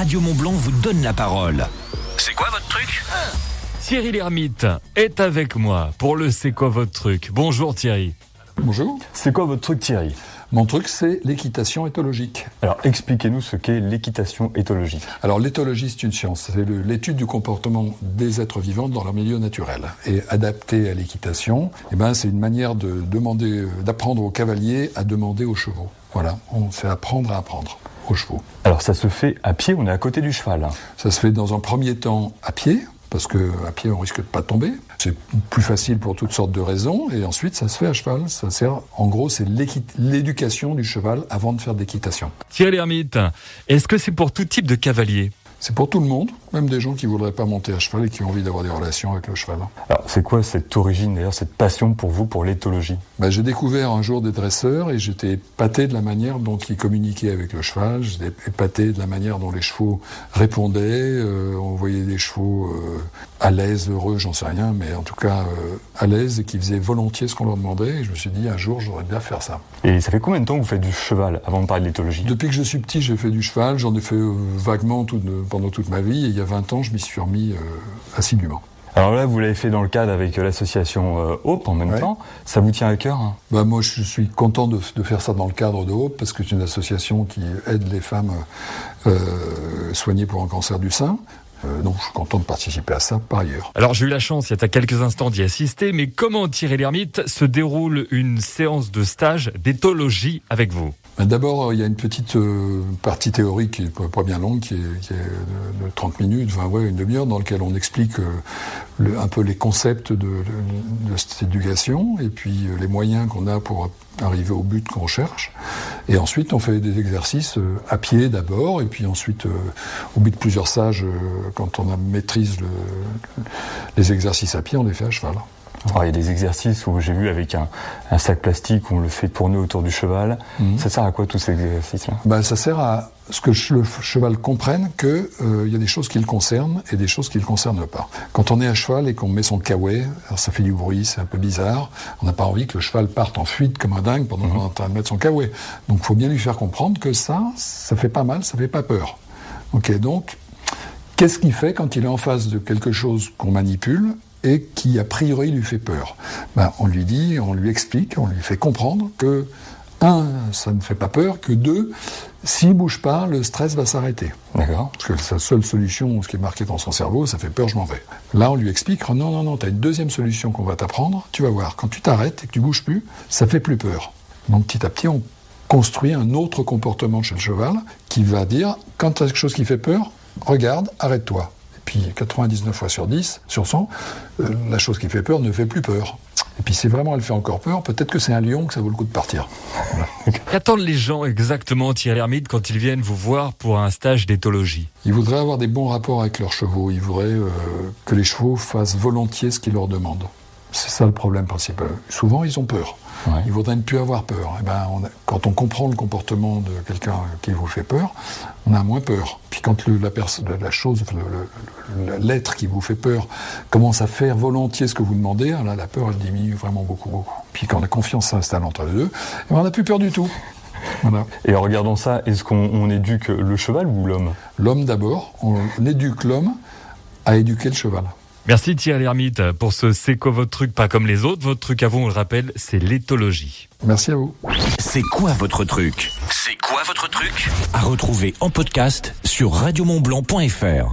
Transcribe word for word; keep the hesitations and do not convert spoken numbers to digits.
Radio Mont-Blanc vous donne la parole. C'est quoi votre truc ? Thierry Lhermitte est avec moi pour le C'est quoi votre truc ? Bonjour Thierry. Bonjour. C'est quoi votre truc Thierry ? Mon truc, c'est l'équitation éthologique. Alors, expliquez-nous ce qu'est l'équitation éthologique. Alors, l'éthologie, c'est une science. C'est le, l'étude du comportement des êtres vivants dans leur milieu naturel. Et adapté à l'équitation, eh ben, c'est une manière de demander, d'apprendre aux cavaliers à demander aux chevaux. Voilà, on fait apprendre à apprendre aux chevaux. Alors, ça se fait à pied, on est à côté du cheval. Ça se fait dans un premier temps à pied, parce qu'à pied, on risque de pas tomber. C'est plus facile pour toutes sortes de raisons. Et ensuite, ça se fait à cheval. Ça sert, en gros, c'est l'éducation du cheval avant de faire de l'équitation. Thierry Lhermitte, est-ce que c'est pour tout type de cavalier ? C'est pour tout le monde, même des gens qui ne voudraient pas monter à cheval et qui ont envie d'avoir des relations avec le cheval. Alors, c'est quoi cette origine, d'ailleurs, cette passion pour vous, pour l'éthologie ? Ben, j'ai découvert un jour des dresseurs et j'étais épaté de la manière dont ils communiquaient avec le cheval. J'étais épaté de la manière dont les chevaux répondaient. Euh, on voyait des chevaux euh, à l'aise, heureux, j'en sais rien, mais en tout cas euh, à l'aise et qui faisaient volontiers ce qu'on leur demandait. Et je me suis dit, un jour, j'aurais bien faire ça. Et ça fait combien de temps que vous faites du cheval, avant de parler de l'éthologie ? Depuis que je suis petit, j'ai fait du cheval. J'en ai fait euh, vaguement tout de, pendant toute ma vie. Et il y a vingt ans, je m'y suis remis euh, assidûment. Alors là, vous l'avez fait dans le cadre avec l'association euh, Hope en même ouais. temps. Ça vous tient à cœur hein ? Bah moi, je suis content de, de faire ça dans le cadre de Hope parce que c'est une association qui aide les femmes euh, soignées pour un cancer du sein. Euh, donc je suis content de participer à ça par ailleurs. Alors j'ai eu la chance il y a quelques instants d'y assister, mais comment Thierry Lhermitte se déroule une séance de stage d'éthologie avec vous ? D'abord, il y a une petite euh, partie théorique qui est pas bien longue, qui est, qui est de, de trente minutes, enfin ouais, une demi-heure, dans laquelle on explique euh, le, un peu les concepts de, de, de cette éducation et puis euh, les moyens qu'on a pour arriver au but qu'on cherche. Et ensuite, on fait des exercices euh, à pied d'abord, et puis ensuite, euh, au bout de plusieurs stages, euh, quand on a maîtrise le, les exercices à pied, on les fait à cheval. Alors, il y a des exercices où j'ai vu avec un, un sac plastique où on le fait tourner autour du cheval. Mmh. Ça sert à quoi tous ces exercices-là ? Ben, ça sert à ce que le cheval comprenne qu'il euh, y a des choses qui le concernent et des choses qui ne le concernent pas. Quand on est à cheval et qu'on met son caouet, alors ça fait du bruit, c'est un peu bizarre. On n'a pas envie que le cheval parte en fuite comme un dingue pendant mmh. qu'on est en train de mettre son caouet. Donc il faut bien lui faire comprendre que ça, ça fait pas mal, ça fait pas peur. Ok, donc qu'est-ce qu'il fait quand il est en face de quelque chose qu'on manipule et qui, a priori, lui fait peur? Ben, on lui dit, on lui explique, on lui fait comprendre que, un, ça ne fait pas peur, que deux, s'il bouge pas, le stress va s'arrêter. D'accord. Parce que sa seule solution, ce qui est marqué dans son cerveau, ça fait peur, je m'en vais. Là, on lui explique, non, non, non, t'as une deuxième solution qu'on va t'apprendre, tu vas voir, quand tu t'arrêtes et que tu bouges plus, ça fait plus peur. Donc, petit à petit, on construit un autre comportement chez le cheval qui va dire, quand t'as quelque chose qui fait peur, regarde, arrête-toi. Puis quatre-vingt-dix-neuf fois sur dix, sur cent, euh, la chose qui fait peur ne fait plus peur. Et puis si vraiment elle fait encore peur, peut-être que c'est un lion que ça vaut le coup de partir. Voilà. Qu'attendent les gens exactement, Thierry Lhermitte, quand ils viennent vous voir pour un stage d'éthologie ? Ils voudraient avoir des bons rapports avec leurs chevaux. Ils voudraient euh, que les chevaux fassent volontiers ce qu'ils leur demandent. C'est ça le problème principal. Souvent, ils ont peur. Ouais. Ils voudraient ne plus avoir peur. Et ben, on a, quand on comprend le comportement de quelqu'un qui vous fait peur, on a moins peur. Puis quand le, la, perso- la chose, le, le, l'être qui vous fait peur commence à faire volontiers ce que vous demandez, là, la peur, elle diminue vraiment beaucoup, beaucoup. Puis quand la confiance s'installe entre les deux, et ben, on n'a plus peur du tout. Voilà. Et en regardant ça, est-ce qu'on on éduque le cheval ou l'homme ? L'homme d'abord. On éduque l'homme à éduquer le cheval. Merci Thierry Lhermitte pour ce C'est quoi votre truc, pas comme les autres. Votre truc à vous, on le rappelle, c'est l'éthologie. Merci à vous. C'est quoi votre truc ? C'est quoi votre truc ? À retrouver en podcast sur radio mont blanc point f r.